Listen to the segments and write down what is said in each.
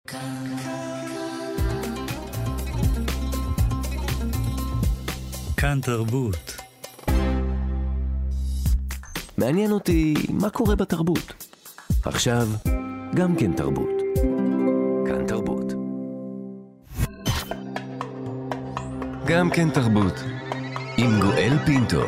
כאן תרבות. מעניין אותי מה קורה בתרבות. עכשיו, גם כן תרבות. כאן תרבות. גם כן תרבות. עם גואל פינטו.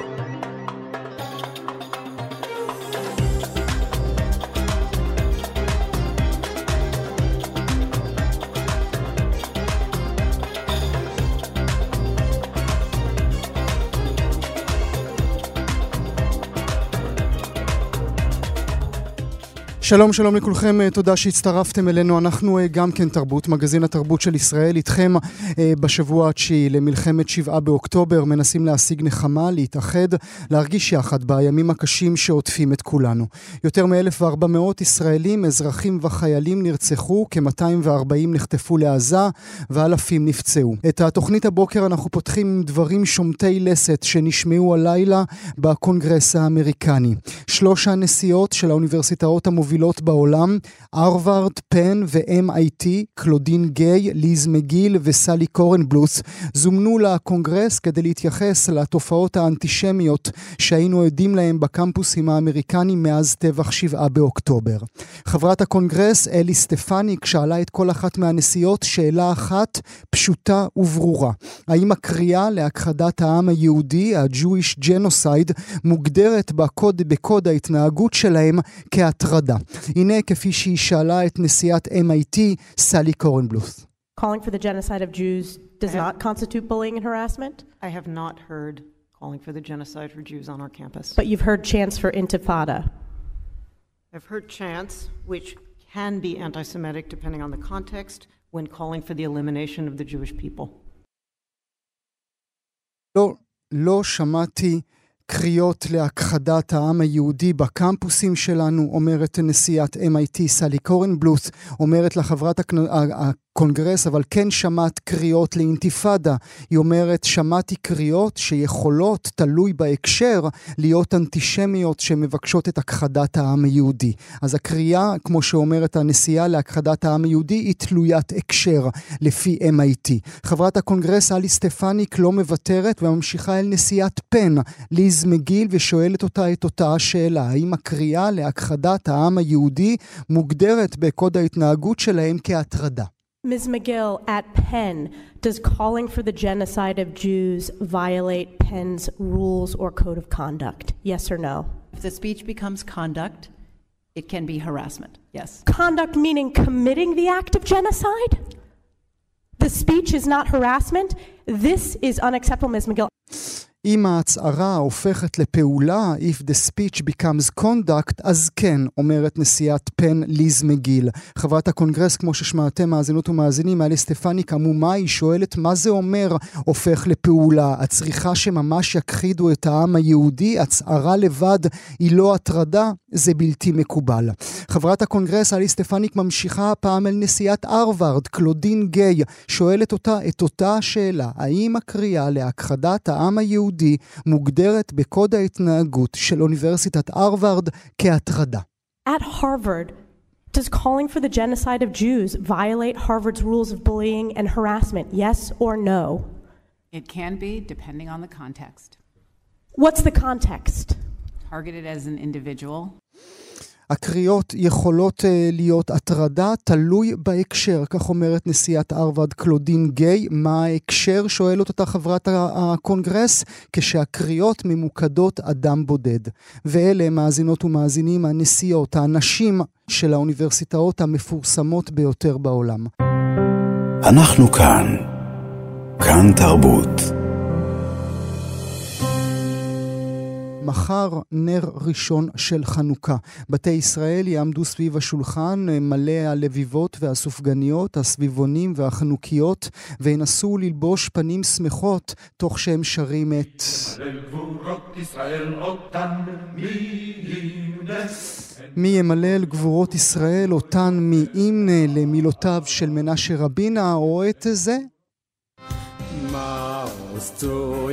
שלום, שלום לכולכם, תודה שהצטרפתם אלינו. אנחנו גם כן תרבות, מגזין התרבות של ישראל, איתכם בשבוע התשיעי למלחמת 7 באוקטובר, מנסים להשיג נחמה, להתאחד, להרגיש יחד בימים הקשים שעוטפים את כולנו. יותר מ-1,400 ישראלים, אזרחים וחיילים נרצחו, כ-240 נחטפו לעזה, ואלפים נפצעו. את התוכנית הבוקר אנחנו פותחים עם דברים שומטי לסת שנשמעו הלילה בקונגרס האמריקני. 3 הנשיאות של האוניברסיטאות המובילות בעולם, הרווארד, פן ו-MIT, קלודין גיי, ליז מגיל וסלי קורנבלוס, זומנו לקונגרס כדי להתייחס לתופעות האנטישמיות שהיינו עדים להם בקמפוסים האמריקנים מאז טבח 7 באוקטובר. חברת הקונגרס, אלי סטפניק, שאלה את כל אחת מהנשיאות שאלה אחת פשוטה וברורה. האם הקריאה להכחדת העם היהודי, ה-Jewish Genocide, מוגדרת בקוד ההתנהגות שלהם כהטרדה? הנה כפי שהיא שאלה את נשיאת MIT, סלי קורנבלוס. Calling for the genocide of Jews does not constitute bullying and harassment? I have not heard calling for the genocide for Jews on our campus. But you've heard chants for intifada. I've heard chants which can be anti-Semitic depending on the context when calling for the elimination of the Jewish people. לא שמעתי קריאות להכחדת העם היהודי בקמפוסים שלנו, אומרת נשיאת MIT סלי קורנבלוס, אומרת לחברת הקונגרס, אבל כן שמעת קריאות לאינתיפאדה. היא אומרת, שמעתי קריאות שיכולות, תלוי בהקשר, להיות אנטישמיות שמבקשות את הכחדת העם היהודי. אז הקריאה, כמו שאומרת הנשיאה, להכחדת העם היהודי, היא תלוית הקשר לפי MIT. חברת הקונגרס, אלי סטפניק, לא מוותרת וממשיכה אל נשיאת פן, ליז מגיל, ושואלת אותה את אותה השאלה, האם הקריאה להכחדת העם היהודי מוגדרת בקוד ההתנהגות שלהם כהטרדה? Ms. McGill, at Penn, does calling for the genocide of Jews violate Penn's rules or code of conduct? Yes or no? If the speech becomes conduct, it can be harassment, yes. Conduct meaning committing the act of genocide? The speech is not harassment? This is unacceptable, Ms. McGill. אם ההצהרה הופכת לפעולה, if the speech becomes conduct, אז כן, אומרת נשיאת פן ליז מגיל. חברת הקונגרס, כמו ששמעתם מאזינות ומאזינים, אלי סטפניק עמומה, היא שואלת מה זה אומר הופך לפעולה. הצריכה שממש יכחידו את העם היהודי, הצהרה לבד היא לא הטרדה, זה בלתי מקובל. חברת הקונגרס, אלי סטפניק, ממשיכה הפעם אל נשיאת הרווארד, קלודין גיי, שואלת אותה את אותה השאלה, האם הקריאה להכחדת העם היהודי מוגדרת בקוד ההתנהגות של אוניברסיטת הרווארד כהטרדה. At Harvard, does calling for the genocide of Jews violate Harvard's rules of bullying and harassment? Yes or no? It can be, depending on the context. What's the context? Targeted as an individual. הקריאות יכולות להיות הטרדה, תלוי בהקשר, כך אומרת נשיאת הרווארד קלודין גיי. מה ההקשר? שואלת אותה חברת הקונגרס, כשהקריאות ממוקדות אדם בודד. ואלה מאזינות ומאזינים הנשיאות, האנשים של האוניברסיטאות המפורסמות ביותר בעולם. אנחנו כאן, כאן תרבות. מחר נר ראשון של חנוכה. בתי ישראל יעמדו סביב השולחן מלא הלביבות והסופגניות, הסביבונים והחנוכיות, וינסו ללבוש פנים שמחות תוך שהם שרים את מי ימלא אל גבורות ישראל אותן מימנה למילותיו של מנשה רבינה, או את זה? מעוזתו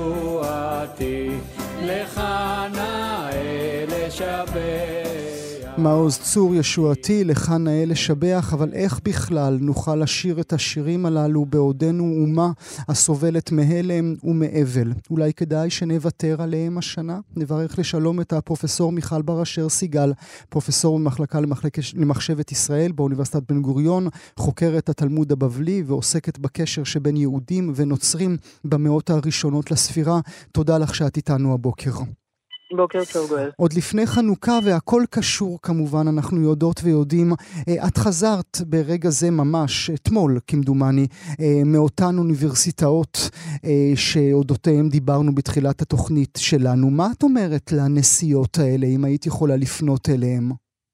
ישועתי לך נאה לשבח מעוז צור ישועתי, לך נאה לשבח, אבל איך בכלל נוכל לשיר את השירים הללו בעודנו אומה הסובלת מהלם ומאבל? אולי כדאי שנוותר עליהם השנה? נברך לשלום את הפרופסור מיכל בר אשר סיגל, פרופסור במחלקה למחשבת ישראל באוניברסיטת בן גוריון, חוקרת התלמוד הבבלי ועוסקת בקשר שבין יהודים ונוצרים במאות הראשונות לספירה. תודה לך שאת איתנו הבוקר. בוקר טוב גואל. עוד לפני חנוכה, והכל קשור כמובן, אנחנו יודעות ויודעים, את חזרת ברגע זה ממש, אתמול כמדומני, מאותן אוניברסיטאות שאודותיהם דיברנו בתחילת התוכנית שלנו. מה את אומרת לנסיעות האלה, אם היית יכולה לפנות אליהם?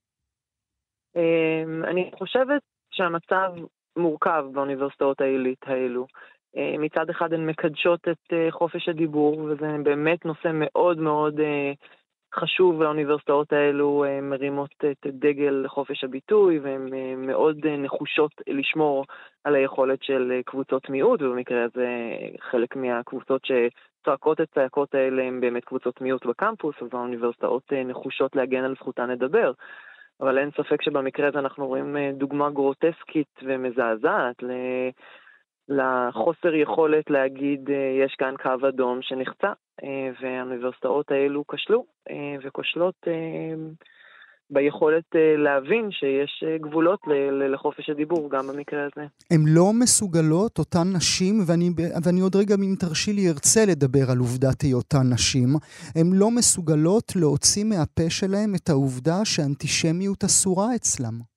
אני חושבת שהמצב מורכב באוניברסיטאות העילית האלו. מצד אחד הן מקדשות את חופש הדיבור, וזה באמת נושא מאוד מאוד חשוב, והאוניברסיטאות האלו מרימות את דגל לחופש הביטוי, והן מאוד נחושות לשמור על היכולת של קבוצות מיעוט, ובמקרה הזה חלק מהקבוצות שצועקות את צעקות האלה הן באמת קבוצות מיעוט בקמפוס, אז האוניברסיטאות נחושות להגן על זכותן לדבר. אבל אין ספק שבמקרה הזה אנחנו רואים דוגמה גרוטסקית ומזעזעת לחוסר יכולת להגיד יש כאן קו אדום שנחצה, והאוניברסיטאות האלו כשלו וכושלות ביכולת להבין שיש גבולות לחופש הדיבור גם במקרה הזה. הן לא מסוגלות, אותן נשים, ואני עוד רגע אם תרשי לי ארצה לדבר על עובדת היותן נשים, הן לא מסוגלות להוציא מהפה שלהם את העובדה שאנטישמיות אסורה אצלם.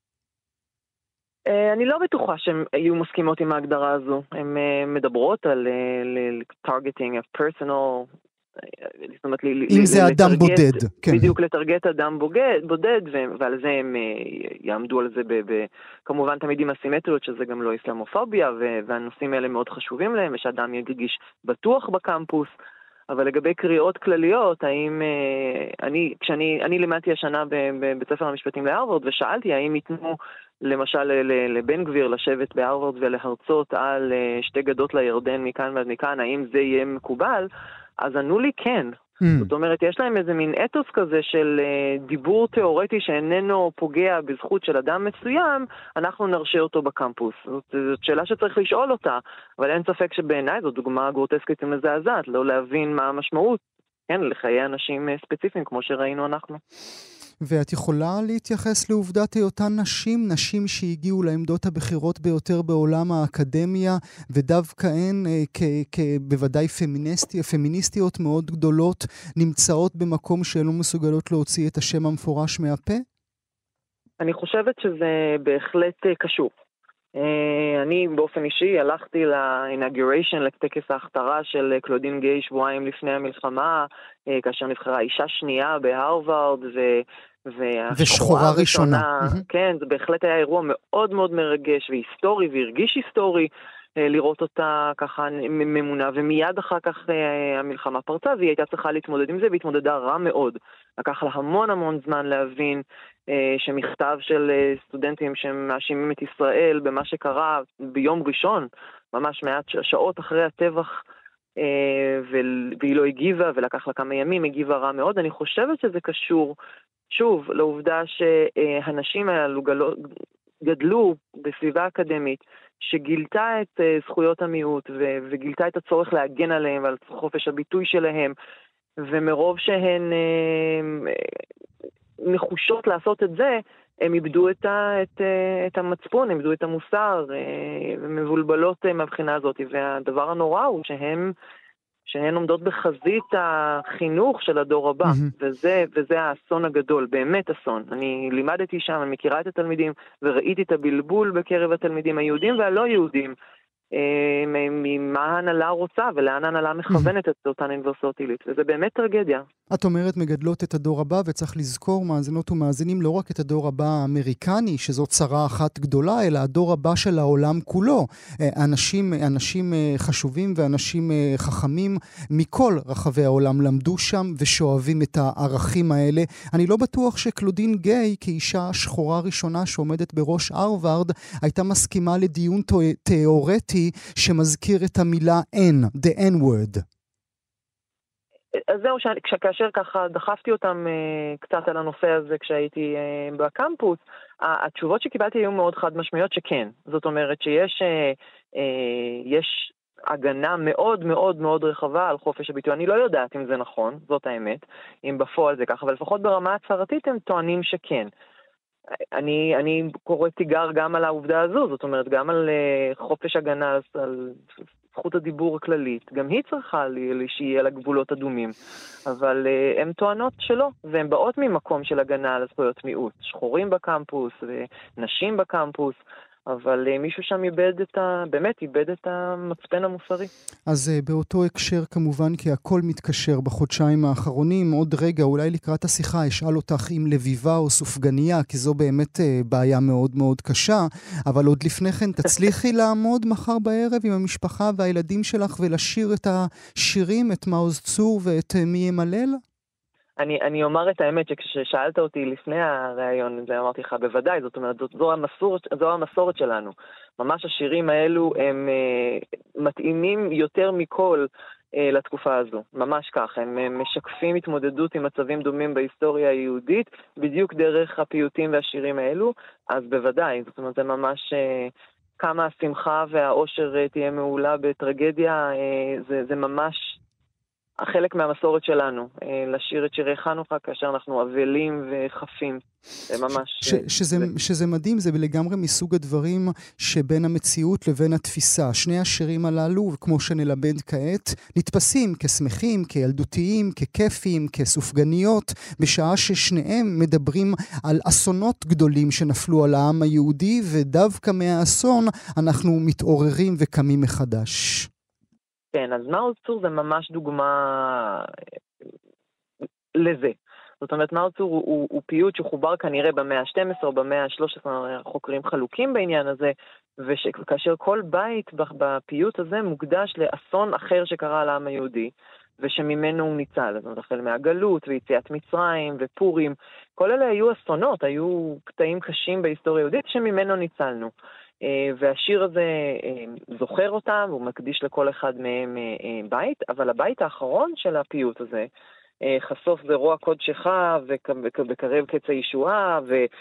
אני לא בטוחה שהן יהיו מסכימות עם ההגדרה הזו. הן מדברות על targeting of personal, זאת אומרת, אם זה אדם בודד. בדיוק לטרגט אדם בודד, ועל זה הם יעמדו על זה כמובן תמיד עם הסימטריות, שזה גם לא איסלאמופוביה, והנושאים האלה מאוד חשובים להם, ושאדם ירגיש בטוח בקמפוס. אבל לגבי קריאות כלליות, האם כשאני לימדתי השנה בבית ספר המשפטים להרווארד, ושאלתי האם ייתנו למשל לבן גביר לשבת בהרווארד ולהרצות על שתי גדות לירדן מכאן ועד מכאן, האם זה יהיה מקובל? אז ענו לי כן. זאת אומרת, יש להם איזה מין אתוס כזה של דיבור תיאורטי שאיננו פוגע בזכות של אדם מסוים, אנחנו נרשה אותו בקמפוס. זאת שאלה שצריך לשאול אותה, אבל אין ספק שבעיניי זו דוגמה גרוטסקית ומזעזעת, לא להבין מה המשמעות, כן, לחיי אנשים ספציפיים כמו שראינו אנחנו. ואת יכולה להתייחס לעובדת היותן נשים שהגיעו לעמדות הבחירות ביותר בעולם האקדמיה, ודווקא הן בוודאי פמיניסטיות מאוד גדולות, נמצאות במקום שהן לא מסוגלות להוציא את השם המפורש מהפה? אני חושבת שזה בהחלט קשור. אני באופן אישי הלכתי ל-inauguration, לטקס ההכתרה של קלודין גיי שבועיים לפני המלחמה, כאשר נבחרה אישה שנייה בהרווארד, ושחורה ראשונה. כן, זה בהחלט היה אירוע מאוד מאוד מרגש והיסטורי, והרגיש היסטורי לראות אותה ככה ממונה, ומיד אחר כך המלחמה פרצה, והיא הייתה צריכה להתמודד עם זה, והתמודדה רע מאוד. לקח לה המון זמן להבין שמכתב של סטודנטים שמאשימים את ישראל במה שקרה ביום ראשון, ממש מעט שעות אחרי הטבח, והיא לא הגיבה, ולקח לה כמה ימים, הגיבה רע מאוד. אני חושבת שזה קשור שוב לעובדה שהנשים האלו גדלו בסביבה אקדמית שגילתה את זכויות המיעוט וגילתה את הצורך להגן עליהם ועל חופש הביטוי שלהם, ומרוב שהן נחושות לעשות את זה, הם איבדו את המצפון, הם איבדו את המוסר, ומבולבלות מהבחינה הזאת, והדבר הנורא הוא שהן עומדות בחזית החינוך של הדור הבא, וזה האסון הגדול, באמת אסון. אני לימדתי שם, אני מכירה את התלמידים, וראיתי את הבלבול בקרב התלמידים היהודים והלא יהודים, ממה ההנהלה רוצה ולאן ההנהלה מכוונת את אותן אוניברסיטאות עילית, וזה באמת טרגדיה. את אומרת מגדלות את הדור הבא, וצריך לזכור מאזינות ומאזינים לא רק את הדור הבא האמריקני, שזו צרה אחת גדולה, אלא הדור הבא של העולם כולו. אנשים חשובים ואנשים חכמים מכל רחבי העולם למדו שם ושואבים את הערכים האלה. אני לא בטוח שקלודין גיי, כאישה שחורה ראשונה שעומדת בראש הרווארד, הייתה מסכימה לדיון תיאורטי שמזכיר את המילה N, the N-word. אז זהו, כאשר ככה דחפתי אותם קצת על הנושא הזה כשהייתי בקמפוס, התשובות שקיבלתי היו מאוד חד משמעיות שכן. זאת אומרת שיש הגנה מאוד מאוד מאוד רחבה על חופש הביטוי. אני לא יודעת אם זה נכון, זאת האמת, אם בפועל זה ככה, אבל לפחות ברמה הצהרתית הם טוענים שכן. אני קורא תיגר גם על העובדה הזו, זאת אומרת, גם על חופש הגנה, על זכות הדיבור הכללית, גם היא צריכה שיהיה לה גבולות אדומים, אבל הן טוענות שלא, והן באות ממקום של הגנה על זכויות מיעוט, שחורים בקמפוס ונשים בקמפוס, אבל מישהו שם באמת איבד את המצפן המוסרי. אז באותו הקשר כמובן, כי הכל מתקשר בחודשיים האחרונים, עוד רגע, אולי לקראת השיחה, אשאל אותך אם לביבה או סופגניה, כי זו באמת בעיה מאוד מאוד קשה, אבל עוד לפני כן תצליחי לעמוד מחר בערב עם המשפחה והילדים שלך ולשיר את השירים, את מעוז צור ואת מי ימלל? אני אומר את האמת שכששאלת אותי לפני הרעיון, זה אמרתי לך בוודאי, זאת אומרת, זו המסורת שלנו. ממש השירים האלו הם מתאימים יותר מכל לתקופה הזו. ממש כך, הם משקפים התמודדות עם מצבים דומים בהיסטוריה היהודית, בדיוק דרך הפיוטים והשירים האלו, אז בוודאי, זאת אומרת, זה ממש כמה השמחה והאושר תהיה מעולה בטרגדיה, זה ממש חלק מהמסורת שלנו, לשיר את שירי חנוכה כאשר אנחנו אבלים וחפים. זה ממש... שזה מדהים, זה לגמרי מסוג הדברים שבין המציאות לבין התפיסה. שני השירים הללו, כמו שנלמד כעת, נתפסים כשמחים, כילדותיים, ככיפים, כסופגניות, בשעה ששניהם מדברים על אסונות גדולים שנפלו על העם היהודי, ודווקא מהאסון אנחנו מתעוררים וקמים מחדש. כן, אז מעוז צור זה ממש דוגמה לזה. זאת אומרת, מעוז צור הוא פיוט שחובר כנראה במאה ה-12 או במאה ה-13, חוקרים חלוקים בעניין הזה, וכאשר כל בית בפיוט הזה מוקדש לאסון אחר שקרה לעם היהודי, ושממנו הוא ניצל. זאת אומרת, החל מהגלות ויציאת מצרים ופורים, כל אלה היו אסונות, היו קטעים קשים בהיסטוריה היהודית שממנו ניצלנו. והשיר הזה זוכר אותם, הוא מקדיש לכל אחד מהם בית, אבל הבית האחרון של הפיוט הזה, חשוף זרוע קודשך וקרב קץ הישועה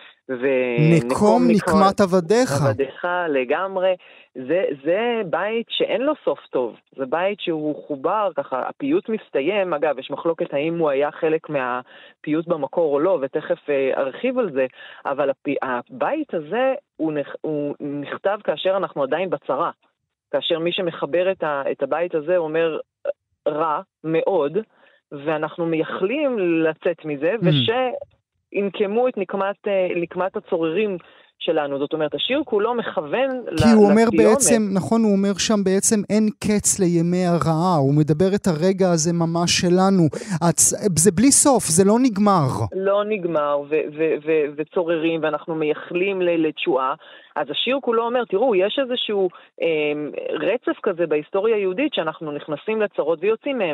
נקום נקמת עבדיך לגמרי. זה בית שאין לו סוף טוב, זה בית שהוא חובר ככה. הפיוט מסתיים, אגב יש מחלוקת האם הוא היה חלק מהפיוט במקור או לא, ותכף ארחיב על זה, אבל הבית הזה הוא נכתב כאשר אנחנו עדיין בצרה, כאשר מי שמחבר את הבית הזה אומר רע מאוד, ואנחנו מייחלים לצאת מזה, ושינקמו את נקמת הצוררים שלנו. זאת אומרת, השיר כולו מכוון לסיומת. כי הוא אומר בעצם, נכון, הוא אומר שם בעצם אין קץ לימי הרעה, הוא מדבר את הרגע הזה ממש שלנו. זה בלי סוף, זה לא נגמר. לא נגמר, וצוררים, ואנחנו מייחלים לתשועה. אז השיר כולו אומר, תראו, יש איזשהו רצף כזה בהיסטוריה היהודית, שאנחנו נכנסים לצרות ויוצאים מהם,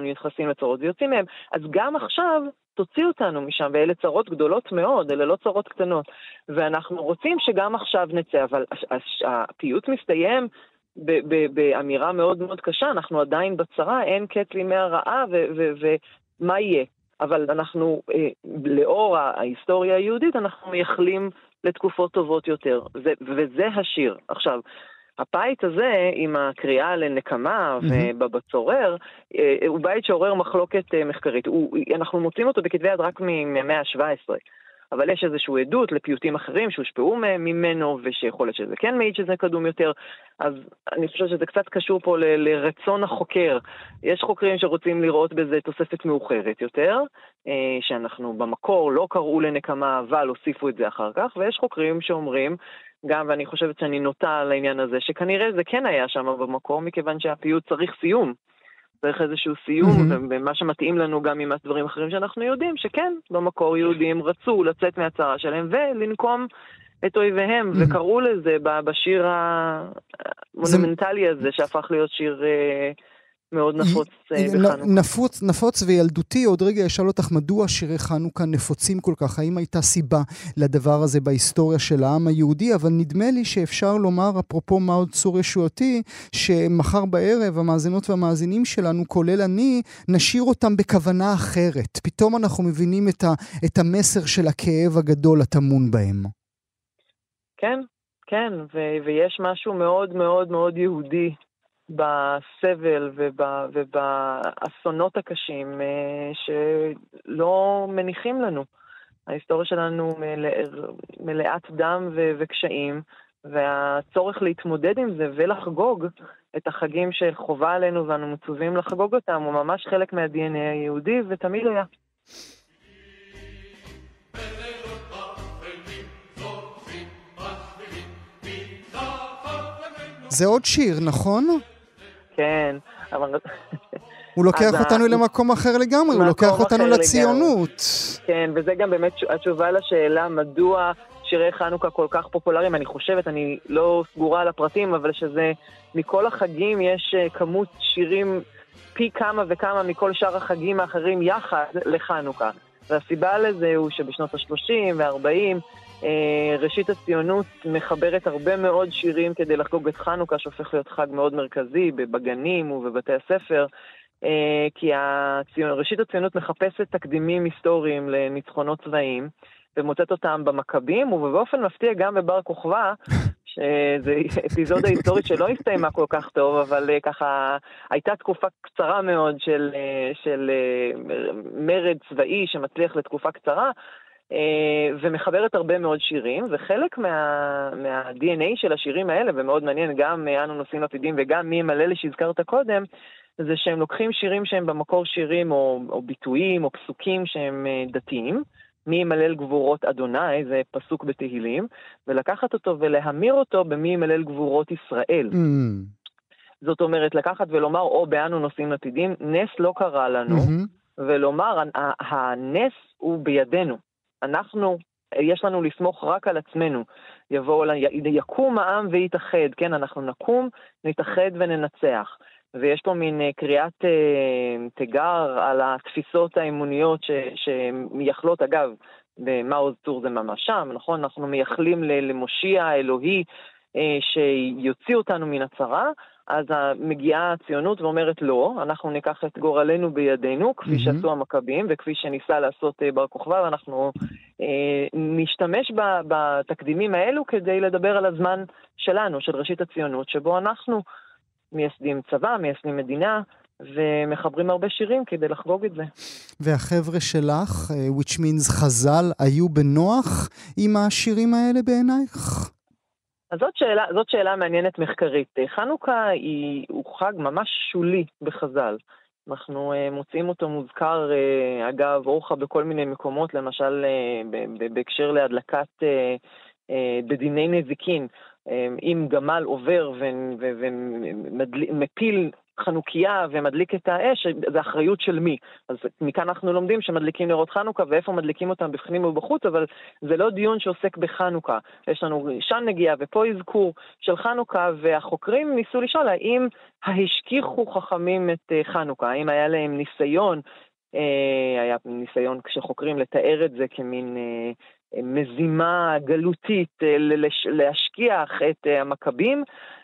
אז גם עכשיו תוציאו אותנו משם, ואלה צרות גדולות מאוד, אלה לא צרות קטנות, ואנחנו רוצים שגם עכשיו נצא, אבל הפיוט מסתיים באמירה מאוד מאוד קשה, אנחנו עדיין בצרה, אין קץ לימי הרעה, ומה יהיה? אבל אנחנו, לאור ההיסטוריה היהודית, אנחנו מייחלים לתקופות טובות יותר, וזה השיר. עכשיו, הבית הזה, עם הקריאה לנקמה ובצורר, הוא בית שעורר מחלוקת מחקרית. אנחנו מוצאים אותו בכתבי יד רק מהמאה ה-17, אבל יש איזשהו עדות לפיוטים אחרים שהושפעו ממנו, ושיכול להיות שזה כן מעיד שזה קדום יותר, אז אני חושב שזה קצת קשור פה לרצון החוקר. יש חוקרים שרוצים לראות בזה תוספת מאוחרת יותר, שאנחנו במקור לא קראו לנקמה, אבל הוסיפו את זה אחר כך, ויש חוקרים שאומרים, גם, ואני חושבת שאני נוטה על העניין הזה, שכנראה זה כן היה שם במקור, מכיוון שהפיוט צריך סיום. צריך איזשהו סיום, ומה שמתאים לנו גם עם דברים אחרים שאנחנו יודעים, שכן, במקור יהודים רצו לצאת מהצרה שלהם, ולנקום את אויביהם, וקראו לזה בשיר המונומנטלי הזה, שהפך להיות שיר מאוד נפוץ בחנוכה. נפוץ וילדותי. עוד רגע אשאל אותך מדוע שירי חנוכה נפוצים כל כך, האם הייתה סיבה לדבר הזה בהיסטוריה של העם היהודי, אבל נדמה לי שאפשר לומר, אפרופו מהו צור ישועתי, שמחר בערב המאזינות והמאזינים שלנו, כולל אני, נשאיר אותם בכוונה אחרת. פתאום אנחנו מבינים את המסר של הכאב הגדול הטמון בהם. כן, כן, ויש משהו מאוד מאוד מאוד יהודי בסבל ובאסונות הקשים שלא מניחים לנו. ההיסטוריה שלנו מלאת דם וקשיים, והצורך להתמודד עם זה ולחגוג את החגים שחובה עלינו ואנו מצווים לחגוג אותם הוא ממש חלק מה-DNA היהודי ותמיד היה. זה עוד שיר, נכון? כן, אבל... הוא לוקח אותנו למקום אחר לגמרי, הוא לוקח אותנו לציונות. כן, וזה גם באמת התשובה לשאלה מדוע שירי חנוכה כל כך פופולריים. אני חושבת, אני לא סגורה על הפרטים, אבל שזה מכל החגים יש כמות שירים פי כמה וכמה מכל שאר החגים האחרים יחד לחנוכה. והסיבה לזה הוא שבשנות ה-30 וה-40 ראשית הציונות מחברת הרבה מאוד שירים כדי לחגוג את חנוכה, שהופך להיות חג מאוד מרכזי בגנים ובבתי הספר, כי ראשית הציונות מחפשת תקדימים היסטוריים לניצחונות צבאיים, ומוצאת אותם במכבים, ובאופן מפתיע גם בבר כוכבא, שזו אפיזודה היסטורית שלא הסתיימה כל כך טוב, אבל ככה הייתה תקופה קצרה מאוד של מרד צבאי שמצליח לתקופה קצרה, ומחברת הרבה מאוד שירים, וחלק מה-DNA של השירים האלה, ומאוד מעניין גם אנו נושאים עתידים וגם מי מלא שהזכרת קודם, זה שהם לוקחים שירים שהם במקור שירים או ביטויים או פסוקים שהם דתיים, מי ימלל גבורות אדוני, זה פסוק בתהילים, ולקחת אותו ולהמיר אותו במי ימלל גבורות ישראל. זאת אומרת, לקחת ולומר, או באנו נושאים עתידים, נס לא קרה לנו, ולומר, הנס הוא בידינו. יש לנו לסמוך רק על עצמנו. יקום העם ויתאחד, כן, אנחנו נקום, נתאחד וננצח. ויש פה מין קריאת תיגר על התפיסות האמוניות שמייחלות, אגב, במעוז צור זה ממש שם, נכון? אנחנו מייחלים למושיע האלוהי שיוציא אותנו מן הצרה, אז מגיעה הציונות ואומרת לא, אנחנו ניקח את גורלנו בידינו, כפי שעשו המכבים וכפי שניסה לעשות בר כוכבא, ואנחנו נשתמש בתקדימים האלו כדי לדבר על הזמן שלנו, של ראשית הציונות, שבו אנחנו מייסדים צבא, מייסדים מדינה, ומחברים הרבה שירים כדי לחגוג את זה. והחבר'ה שלך, which means חז"ל, היו בנוח עם השירים האלה בעינייך? אז זאת שאלה מעניינת מחקרית. חנוכה הוא חג ממש שולי בחז"ל. אנחנו מוצאים אותו מוזכר, אגב, אורחה בכל מיני מקומות, למשל בהקשר להדלקת בדיני נזיקין. אם גמל עובר ומפיל חנוכיה ומדליק את האש, זה אחריות של מי? אז מכאן אנחנו לומדים שמדליקים נרות חנוכה, ואיפה מדליקים אותם בפנים ובחוץ, אבל זה לא דיון שעוסק בחנוכה. יש לנו שם נגיעה ופה אזכור של חנוכה, והחוקרים ניסו לשאול האם השכיחו חכמים את חנוכה, האם היה להם ניסיון, היה ניסיון כשחוקרים לתאר את זה כמין מזימה גלותית להשכיח את המכבים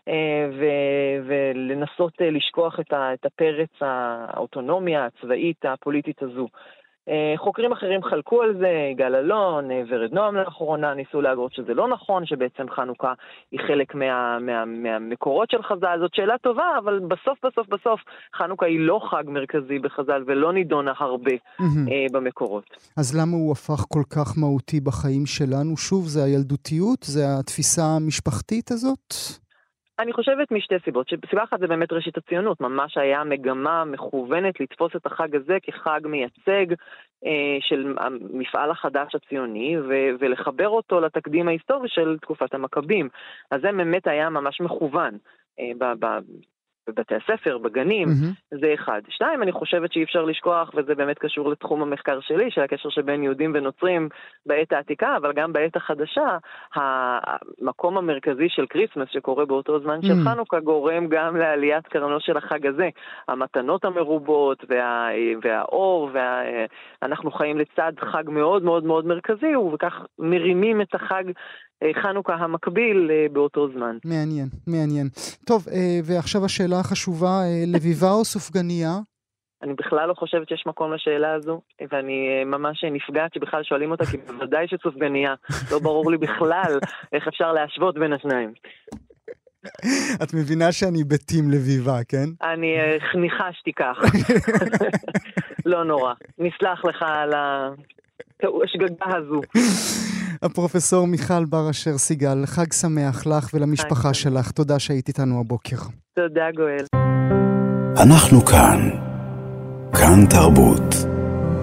ולנסות לשכוח את הפרץ האוטונומיה הצבאית הפוליטית הזו. חוקרים אחרים חלקו על זה, יגאל אלון, ורד נועם לאחרונה, ניסו להגרות שזה לא נכון, שבעצם חנוכה היא חלק מהמקורות של חז"ל. זאת שאלה טובה, אבל בסוף חנוכה היא לא חג מרכזי בחז"ל ולא נידונה הרבה במקורות. אז למה הוא הפך כל כך מהותי בחיים שלנו? שוב, זה הילדותיות? זה התפיסה המשפחתית הזאת? אני חושבת משתי סיבות, שסיבה אחת זה באמת ראשית הציונות, ממש היה מגמה מכוונת לתפוס את החג הזה כחג מייצג של המפעל החדש הציוני, ולחבר אותו לתקדים ההיסטורי של תקופת המכבים. אז זה באמת היה ממש מכוון בבתי הספר, בגנים, זה אחד. שתיים, אני חושבת שאי אפשר לשכוח, וזה באמת קשור לתחום המחקר שלי, של הקשר שבין יהודים ונוצרים בעת העתיקה, אבל גם בעת החדשה, המקום המרכזי של קריסמס שקורה באותו זמן של חנוכה, גורם גם לעליית קרנו של החג הזה. המתנות המרובות והאור, אנחנו חיים לצד חג מאוד מאוד מאוד מרכזי, וכך מרימים את החג חנוכה המקביל באותו זמן. מעניין, מעניין. טוב, ועכשיו השאלה החשובה, לביבה או סופגניה? אני בכלל לא חושבת שיש מקום לשאלה הזו, ואני ממש נפגעת שבכלל שואלים אותה, כי בוודאי שסופגניה. לא ברור לי בכלל איך אפשר להשוות בין השניים. את מבינה שאני בתים לביבה, כן? אני ניחשתי כך. לא נורא. נסלח לך על השגגה הזו. הפרופסור מיכל בר אשר סיגל, חג שמח לך ולמשפחה שלך. תודה שהיית איתנו הבוקר. תודה גואל. אנחנו כאן. כאן תרבות.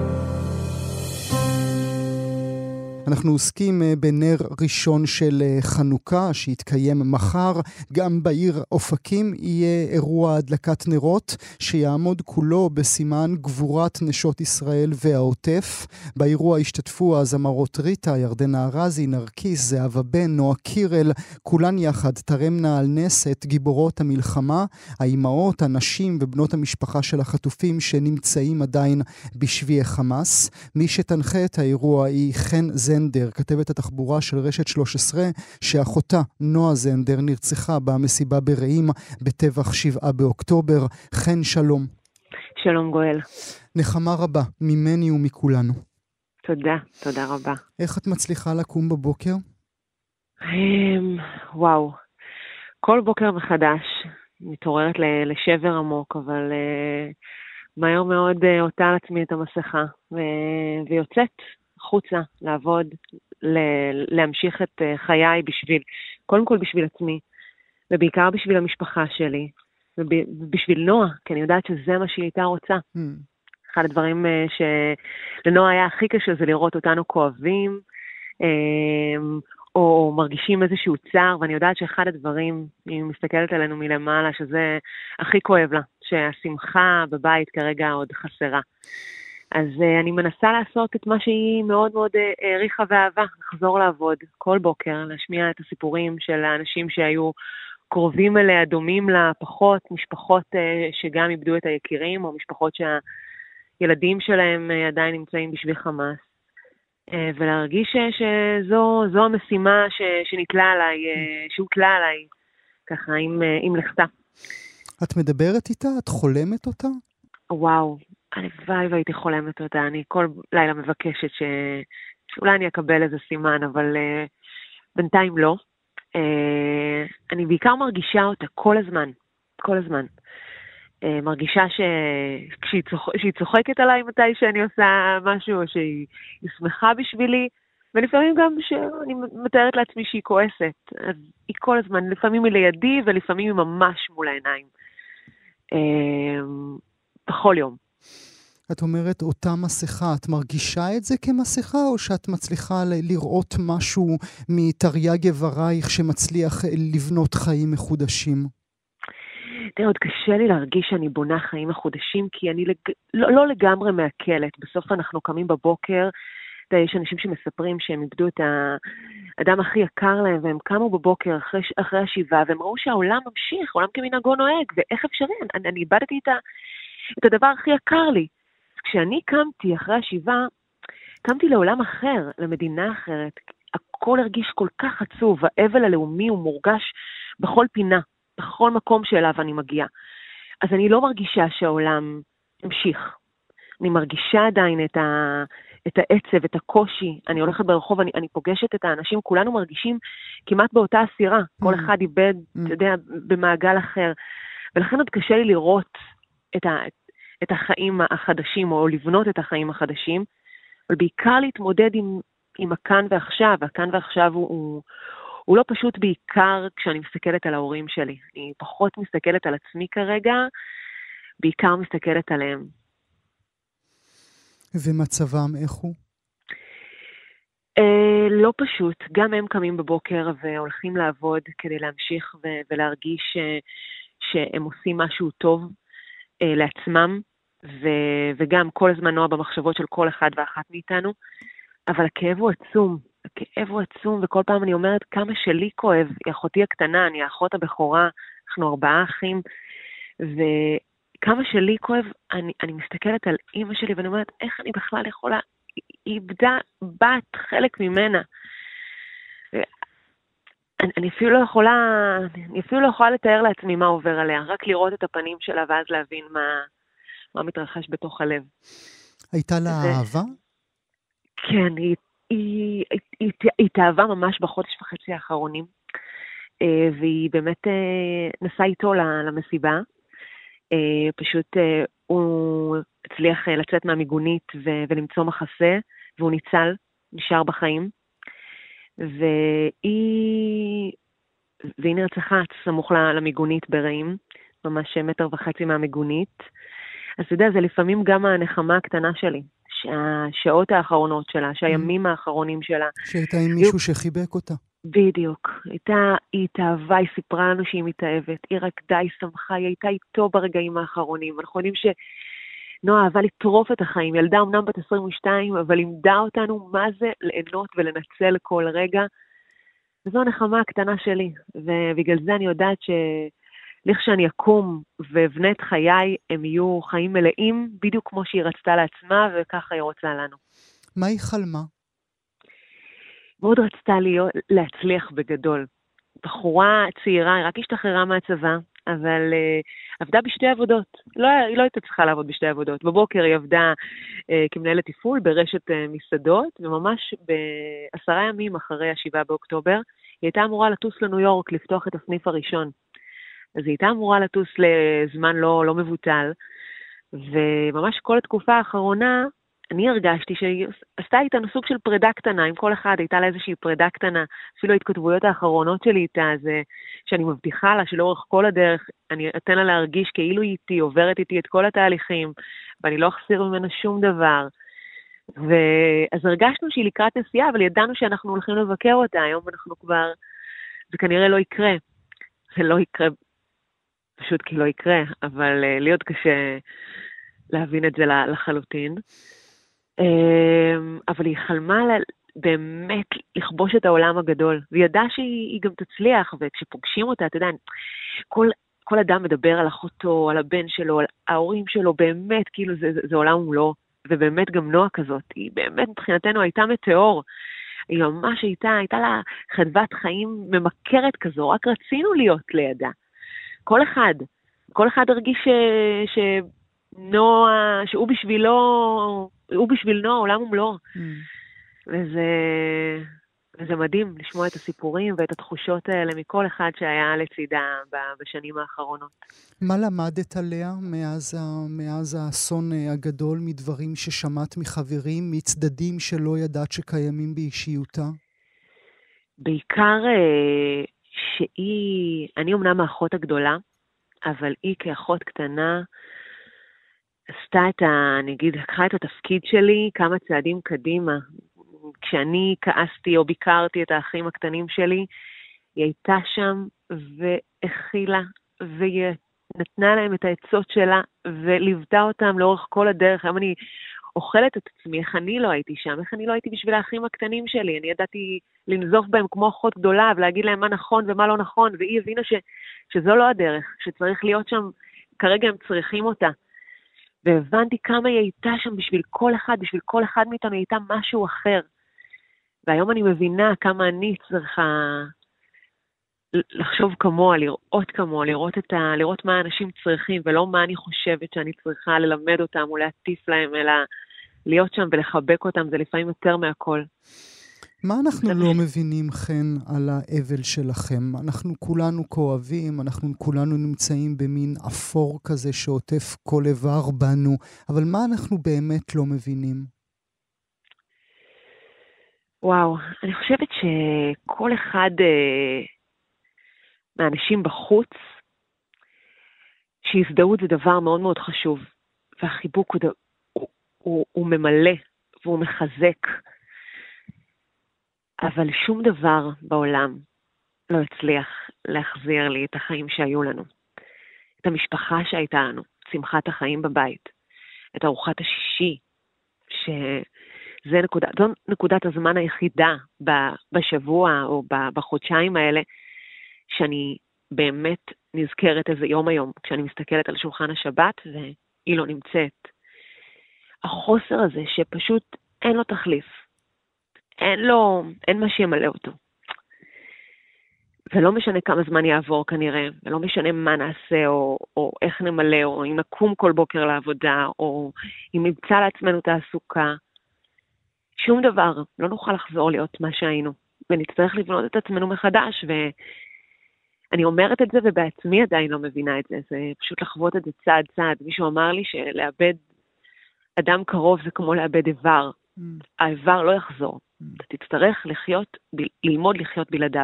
אנחנו עוסקים בנר ראשון של חנוכה שיתקיים מחר. גם בעיר אופקים יהיה אירוע הדלקת נרות שיעמוד כולו בסימן גבורת נשות ישראל והעוטף. באירוע השתתפו הזמרות ריטה, ירדנה ארזי, נרקיס, זהבה בן, נועה קירל. כולן יחד תרמנה על נס את גיבורות המלחמה, האימהות, הנשים ובנות המשפחה של החטופים שנמצאים עדיין בשבי חמאס. מי שתנחה את האירוע היא חן זנדר, כתבת התחבורה של רשת 13, שאחותה נועה זנדר נרצחה במסיבה ברעים בטבח 7 באוקטובר. חן, שלום. שלום גואל. נחמה רבה ממני ומכולנו. תודה, תודה רבה. איך את מצליחה לקום בבוקר? וואו, כל בוקר מחדש מתעוררת לשבר עמוק, אבל מהר מאוד אותה על עצמי את המסכה ויוצאת חוצה, לעבוד, להמשיך את חיי קודם כל בשביל עצמי, ובעיקר בשביל המשפחה שלי, ובשביל נועה, כי אני יודעת שזה מה שהיא הייתה רוצה. אחד הדברים שלנועה היה הכי קשה זה לראות אותנו כואבים, או מרגישים איזשהו צער, ואני יודעת שאחד הדברים, היא מסתכלת עלינו מלמעלה, שזה הכי כואב לה, שהשמחה בבית כרגע עוד חסרה. אז אני מנסה לעשות את מה שהיא מאוד מאוד העריכה ואהבה, לחזור לעבוד כל בוקר, להשמיע את הסיפורים של האנשים שהיו קרובים אליה, דומים לה, פחות, משפחות שגם איבדו את היקירים, או משפחות שהילדים שלהם עדיין נמצאים בשבי חמאס, ולהרגיש שזו המשימה שנתלה עליי, שהוטלה עליי, ככה עם לכתה. את מדברת איתה? את חולמת אותה? וואו. הלוואי והייתי חולמת אותה, אני כל לילה מבקשת שאולי אני אקבל איזה סימן, אבל בינתיים לא. אני בעיקר מרגישה אותה כל הזמן. מרגישה שהיא צוחקת עליי מתי שאני עושה משהו, או שהיא שמחה בשבילי, ולפעמים גם שאני מתארת לעצמי שהיא כועסת. אז היא כל הזמן, לפעמים היא לידי, ולפעמים היא ממש מול העיניים. בכל יום. את אומרת אותה מסכה, את מרגישה את זה כמסכה, או שאת מצליחה לראות משהו מתרי"ג איברייך שמצליח לבנות חיים מחודשים? תראה, עוד קשה לי להרגיש שאני בונה חיים מחודשים, כי אני לא לגמרי מעכלת. בסוף אנחנו קמים בבוקר, יש אנשים שמספרים שהם איבדו את האדם הכי יקר להם, והם קמו בבוקר אחרי השבעה, והם ראו שהעולם ממשיך, העולם כמנהגו נוהג, ואיך אפשרי? אני איבדתי את הדבר הכי יקר לי. כשאני קמתי אחרי השבעה, קמתי לעולם אחר, למדינה אחרת. הכל הרגיש כל כך עצוב, האבל הלאומי הוא מורגש בכל פינה, בכל מקום שאליו אני מגיעה. אז אני לא מרגישה שהעולם המשיך. אני מרגישה עדיין את העצב, את הקושי. אני הולכת ברחוב, אני פוגשת את האנשים, כולנו מרגישים כמעט באותה הסירה. כל אחד איבד, אתה יודע, במעגל אחר. ולכן עוד קשה לי לראות את החיים החדשים, או לבנות את החיים החדשים, אבל בעיקר להתמודד עם הכאן ועכשיו. הכאן ועכשיו הוא לא פשוט בעיקר כשאני מסתכלת על ההורים שלי. אני פחות מסתכלת על עצמי כרגע, בעיקר מסתכלת עליהם. ומצבם איך הוא? לא פשוט. גם הם קמים בבוקר והולכים לעבוד כדי להמשיך ולהרגיש שהם עושים משהו טוב לעצמם, וגם כל הזמן נוע במחשבות של כל אחד ואחת מאיתנו, אבל הכאב הוא עצום, וכל פעם אני אומרת כמה שלי כואב, היא אחותי הקטנה, אני האחות הבכורה, אנחנו 4 אחים, וכמה שלי כואב, אני מסתכלת על אמא שלי ואני אומרת, איך אני בכלל יכולה, היא איבדה בת, חלק ממנה. אני אפילו לא יכולה לתאר לעצמי מה עובר עליה, רק לראות את הפנים שלה ואז להבין מה מתרחש בתוך הלב. הייתה לה אהבה? כן, היא התאהבה ממש בחודש וחצי האחרונים, והיא באמת נסעה איתו למסיבה, פשוט הוא הצליח לצאת מהמיגונית ולמצוא מחסה, והוא ניצל, נשאר בחיים, והיא נרצחה סמוך למיגונית ברעים, ממש 1.5 מטר מהמיגונית. אז אתה יודע, זה לפעמים גם הנחמה הקטנה שלי, שהשעות האחרונות שלה, שהימים האחרונים שלה. שהייתה עם מישהו שחיבק אותה. בדיוק. היא התאהבה, היא סיפרה לנו שהיא מתאהבת, היא רקדה, היא שמחה, היא הייתה איתו ברגעים האחרונים. אנחנו יודעים שנועה אהבה לטרוף את החיים, ילדה אמנם בת 22, אבל לימדה אותנו מה זה ליהנות ולנצל כל רגע. וזו הנחמה הקטנה שלי, ובגלל זה אני יודעת לכשאני אקום ואבנה את חיי, הם יהיו חיים מלאים, בדיוק כמו שהיא רצתה לעצמה, וככה היא רוצה לנו. מה היא חלמה? מאוד רצתה להצליח בגדול. בחורה צעירה, היא רק השתחררה מהצבא, אבל עבדה בשתי עבודות. היא לא הייתה צריכה לעבוד בשתי עבודות. בבוקר היא עבדה כמנהלת תפעול ברשת מסעדות, וממש ב10 ימים אחרי 7 באוקטובר, היא הייתה אמורה לטוס לניו יורק, לפתוח את הסניף הראשון. אז היא הייתה אמורה לטוס לזמן לא מבוטל, וממש כל התקופה האחרונה, אני הרגשתי שהיא עשתה איתנו סוג של פרידה קטנה, עם כל אחד הייתה לה איזושהי פרידה קטנה, אפילו ההתכתבויות האחרונות שלי איתה, זה שאני מבטיחה לה שלאורך כל הדרך, אני אתן לה להרגיש כאילו היא איתי, עוברת איתי את כל התהליכים, ואני לא אחסיר ממנה שום דבר. אז הרגשנו שהיא לקראת נסיעה, אבל ידענו שאנחנו הולכים לבקר אותה, היום אנחנו כבר, זה כנראה לא יקרה. זה לא יקרה, פשוט כי לא יקרה, אבל לי עוד קשה להבין את זה לחלוטין. אבל היא חלמה באמת לכבוש את העולם הגדול, והיא ידעה שהיא גם תצליח, וכשפוגשים אותה, אתה יודע, כל אדם מדבר על אחותו, על הבן שלו, על ההורים שלו, באמת, כאילו זה עולם ומלואו, ובאמת גם נועה כזאת, היא באמת מבחינתנו הייתה מטאור, היא ממש הייתה לה חדוות חיים ממכרת כזו, רק רצינו להיות לידה. כל אחד הרגיש שנועה, שהוא בשביל נועה עולם ומלואו. וזה מדהים לשמוע את הסיפורים ואת התחושות האלה מכל אחד שהיה לצידה בשנים האחרונות. מה למדת עליה מאז האסון הגדול, מדברים ששמעת מחברים, מצדדים שלא ידעת שקיימים באישיותה? בעיקר אני אמנם האחות הגדולה, אבל היא כאחות קטנה עשתה לקחה את התפקיד שלי כמה צעדים קדימה. כשאני כעסתי או ביקרתי את האחים הקטנים שלי, היא הייתה שם והכילה, והיא נתנה להם את העצות שלה, וליוותה אותם לאורך כל הדרך. היום אני אוכלת את עצמי, איך אני לא הייתי שם, איך אני לא הייתי בשביל האחים הקטנים שלי. אני ידעתי לנזוף בהם כמו אחות גדולה, ולהגיד להם מה נכון ומה לא נכון, והיא הבינה שזו לא הדרך, שצריך להיות שם, כרגע הם צריכים אותה. והבנתי כמה היא הייתה שם בשביל כל אחד מאיתנו, היא הייתה משהו אחר. והיום אני מבינה כמה אני צריכה לחשוב כמוה, לראות כמוה, לראות מה האנשים צריכים, ולא מה אני חושבת שאני צריכה ללמד אותם או להטיף להם, אלא להיות שם ולחבק אותם, זה לפעמים יותר מהכל. מה אנחנו לא מבינים, חן, על האבל שלכם? אנחנו כולנו כואבים, אנחנו כולנו נמצאים במין אפור כזה שעוטף כל איבר בנו, אבל מה אנחנו באמת לא מבינים? וואו, אני חושבת שכל אחד מהאנשים בחוץ, שהזדהות זה דבר מאוד מאוד חשוב, והחיבוק הוא ממלא והוא מחזק, אבל שום דבר בעולם לא הצליח להחזיר לי את החיים שהיו לנו. את המשפחה שהייתה לנו, שמחת החיים בבית, את ארוחת השישי, זו נקודת הזמן היחידה בשבוע או בחודשיים האלה, שאני באמת נזכרת איזה יום היום, כשאני מסתכלת על שולחן השבת והיא לא נמצאת. החוסר הזה שפשוט אין לו תחליף, אין מה שימלא אותו. ולא משנה כמה זמן יעבור כנראה, ולא משנה מה נעשה, או איך נמלא, או אם נקום כל בוקר לעבודה, או אם נמצא לעצמנו תעסוקה. שום דבר, לא נוכל לחזור להיות מה שהיינו, ונצטרך לבנות את עצמנו מחדש, ואני אומרת את זה ובעצמי עדיין לא מבינה את זה, זה פשוט לחוות את זה צעד צעד. מישהו אמר לי שלאבד אדם קרוב זה כמו לאבד איבר, האיבר לא יחזור, אתה תצטרך ללמוד לחיות בלעדיו.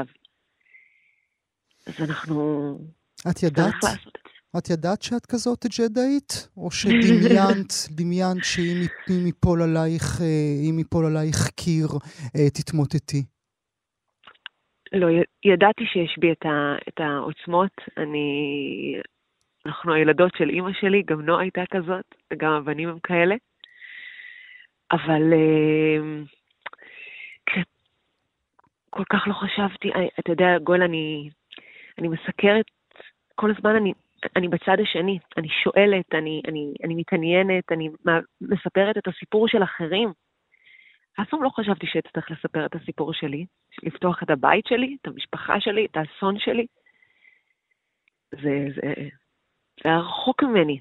אז אנחנו נצטרך לעשות את זה. את ידעת שאת כזאת ג'דאית? או שדמיינת שאם ייפול עלייך קיר, תתמוטטי? לא, ידעתי שיש בי את העוצמות. אנחנו הילדות של אמא שלי, גם נועה הייתה כזאת, וגם הבנים הם כאלה. אבל כל כך לא חשבתי, אתה יודע, גואל, אני מסקרת כל הזמן, אני בצד השני, אני שואלת, אני מתעניינת, אני מספרת את הסיפור של אחרים. אף פעם לא חשבתי שצריך לספר את הסיפור שלי, לפתוח את הבית שלי, את המשפחה שלי, את האסון שלי. זה רחוק ממני.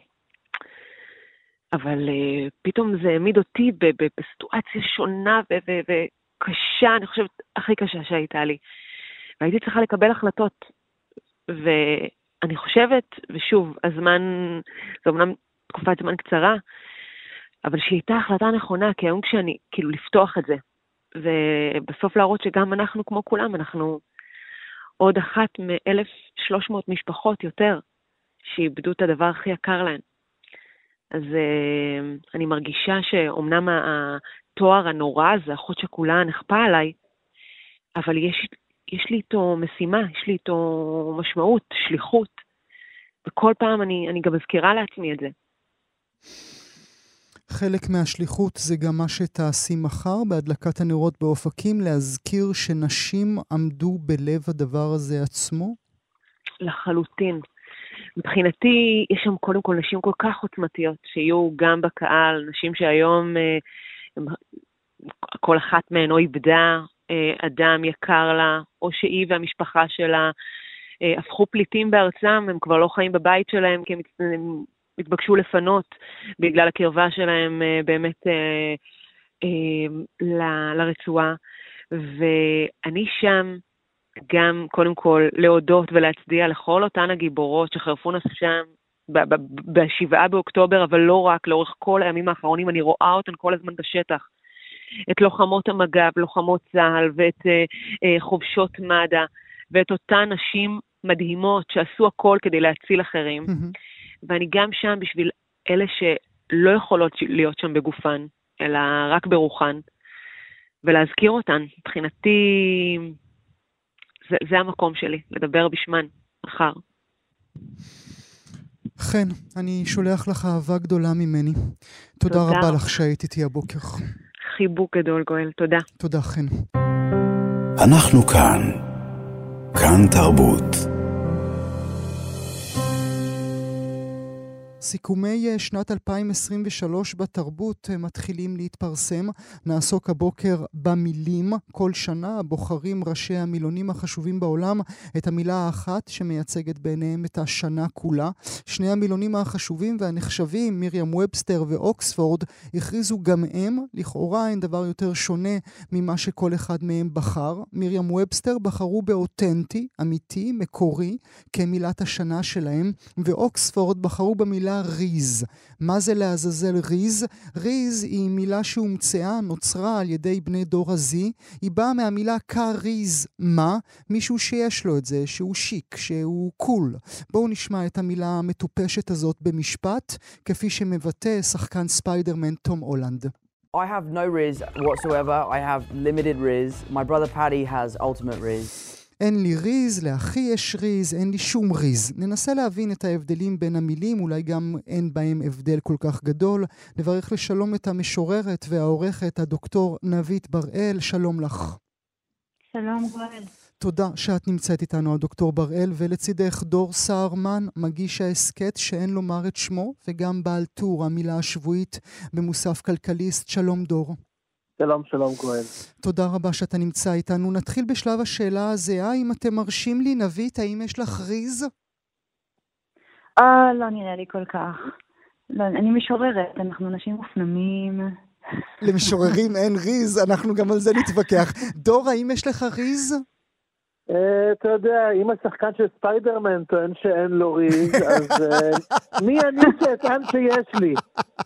אבל פתאום זה העמיד אותי בסיטואציה שונה וקשה, אני חושבת הכי קשה שהייתה לי. והייתי צריכה לקבל החלטות. ואני חושבת, ושוב, הזמן, זה אומנם תקופת זמן קצרה, אבל שהייתה החלטה נכונה, כי היום כשאני, כאילו, לפתוח את זה, ובסוף להראות שגם אנחנו, כמו כולם, אנחנו עוד אחת מ-1,300 משפחות יותר, שאיבדו את הדבר הכי יקר להן. אז אני מרגישה שאומנם התואר הנורא הזה, אחות שכולה נכפה עליי, אבל יש לי איתו משימה, יש לי איתו משמעות, שליחות, וכל פעם אני גם מזכירה לעצמי את זה. חלק מהשליחות זה גם מה שתעשי מחר בהדלקת הנרות באופקים, להזכיר שנשים עמדו בלב הדבר הזה עצמו? לחלוטין. מבחינתי יש שם קודם כל נשים כל כך עוצמתיות, שיהיו גם בקהל, נשים שהיום כל אחת מהן או איבדה אדם יקר לה, או שהיא והמשפחה שלה הפכו פליטים בארצם, הם כבר לא חיים בבית שלהם, כי הם התבקשו לפנות בגלל הקרבה שלהם באמת לרצועה. ואני שם גם קודם כל להודות ולהצדיע לכל אותן הגיבורות שחרפו נפשם ב7 באוקטובר, אבל לא רק, לאורך כל הימים האחרונים אני רואה אותן כל הזמן בשטח. את לוחמות המג"ב, לוחמות צה"ל, ואת חובשות מד"א, ואת אותן נשים מדהימות שעשו הכל כדי להציל אחרים. ואני גם שם בשביל אלה שלא יכולות להיות שם בגופן, אלא רק ברוחן, ולהזכיר אותן. מבחינתי, זה המקום שלי, לדבר בשמן, מחר. חן, אני שולח לך אהבה גדולה ממני. תודה רבה לך שהיית איתי הבוקר. חיבוק גדול, גואל, תודה. תודה, חן. אנחנו כאן תרבות. סיכומי שנת 2023 בתרבות מתחילים להתפרסם. נעסוק הבוקר במילים. כל שנה בוחרים ראשי המילונים החשובים בעולם את המילה האחת שמייצגת ביניהם את השנה כולה. שני המילונים החשובים והנחשבים, מרים ובסטר ואוקספורד, הכריזו גם הם, לכאורה אין דבר יותר שונה ממה שכל אחד מהם בחר. מרים ובסטר בחרו באותנטי, אמיתי, מקורי, כמילת השנה שלהם, ואוקספורד בחרו במילה ריז. מה זה לעזאזל ריז? ריז היא מילה שהומצאה, נוצרה על ידי בני דור הזי. היא באה מהמילה קריז. מה? מישהו שיש לו את זה, שהוא שיק, שהוא קול. בואו נשמע את המילה המטופשת הזאת במשפט, כפי שמבטא שחקן ספיידרמן תום הולנד. I have no riz whatsoever. I have limited riz. My brother Paddy has ultimate riz. אין לי ריז, לאחי יש ריז, אין לי שום ריז. ננסה להבין את ההבדלים בין המילים, אולי גם אין בהם הבדל כל כך גדול. נברך לשלום את המשוררת והעורכת, הדוקטור נבית בראל. שלום לך. שלום גואל. תודה שאת נמצאת איתנו, הדוקטור בראל, ולצידך דור סהרמן, מגיש העסקת שאין לומר את שמו, וגם בעל טור, המילה השבועית במוסף כלכליסט. שלום דור. שלום גואל. תודה רבה שאתה נמצא איתנו. נתחיל בשלב השאלה הזהה, אם אתם מרשים לי, נבית, האם יש לך ריז? לא נראה לי כל כך. לא, אני משוררת, אנחנו אנשים מופנמים. למשוררים אין ריז, אנחנו גם על זה נתווכח. דור, האם יש לך ריז? אתה יודע, אם השחקן של ספיידרמן טוען שאין לו ריז, אז מי אני שאטען שיש לי?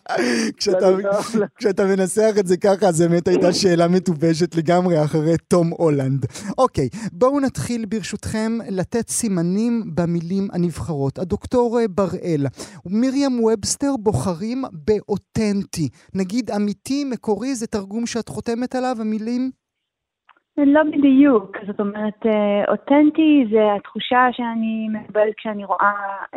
כשאתה מנסח את זה ככה, אז באמת הייתה שאלה מטובשת לגמרי אחרי תום הולנד. אוקיי, בואו נתחיל ברשותכם לתת סימנים במילים הנבחרות. הדוקטור בראל, מרים ובסטר בוחרים באותנטי. נגיד אמיתי, מקורי, זה תרגום שאת חותמת עליו, המילים? לא בדיוק, זאת אומרת, אותנטי זה התחושה שאני מקבלת כשאני רואה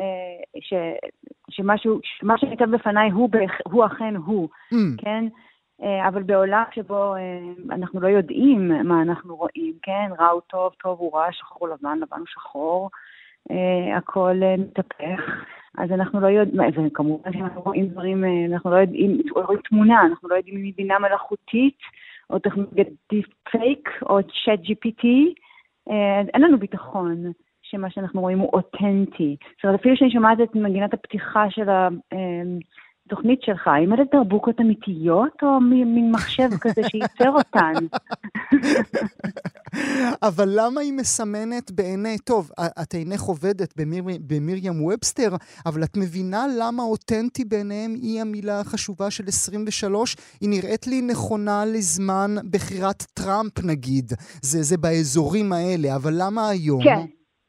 שמשהו, מה שניצב בפניי הוא אכן הוא, כן? אבל בעולם שבו אנחנו לא יודעים מה אנחנו רואים, כן? רע הוא טוב, טוב הוא רע, שחור הוא לבן, לבן הוא שחור, הכל מתהפך, אז אנחנו לא יודעים, וכמובן שאנחנו רואים דברים, אנחנו לא יודעים, רואים תמונה, אנחנו לא יודעים אם היא בינה מלאכותית, או טכנולוגיית דיפ פייק, או צ'אט GPT, אין לנו ביטחון שמה שאנחנו רואים הוא אותנטי. זאת אומרת, אפילו שאני שומעת את מגינת הפתיחה של התוכנית שלך, האם אלה דרבוקות אמיתיות, או מין מחשב כזה שייצר אותן? אבל למה היא מסמנת בעיני, טוב, את אינך עובדת במרים ובסטר, אבל את מבינה למה אותנטי בעיניהם היא המילה החשובה של 23? היא נראית לי נכונה לזמן בחירת טראמפ נגיד, זה באזורים האלה, אבל למה היום? כן.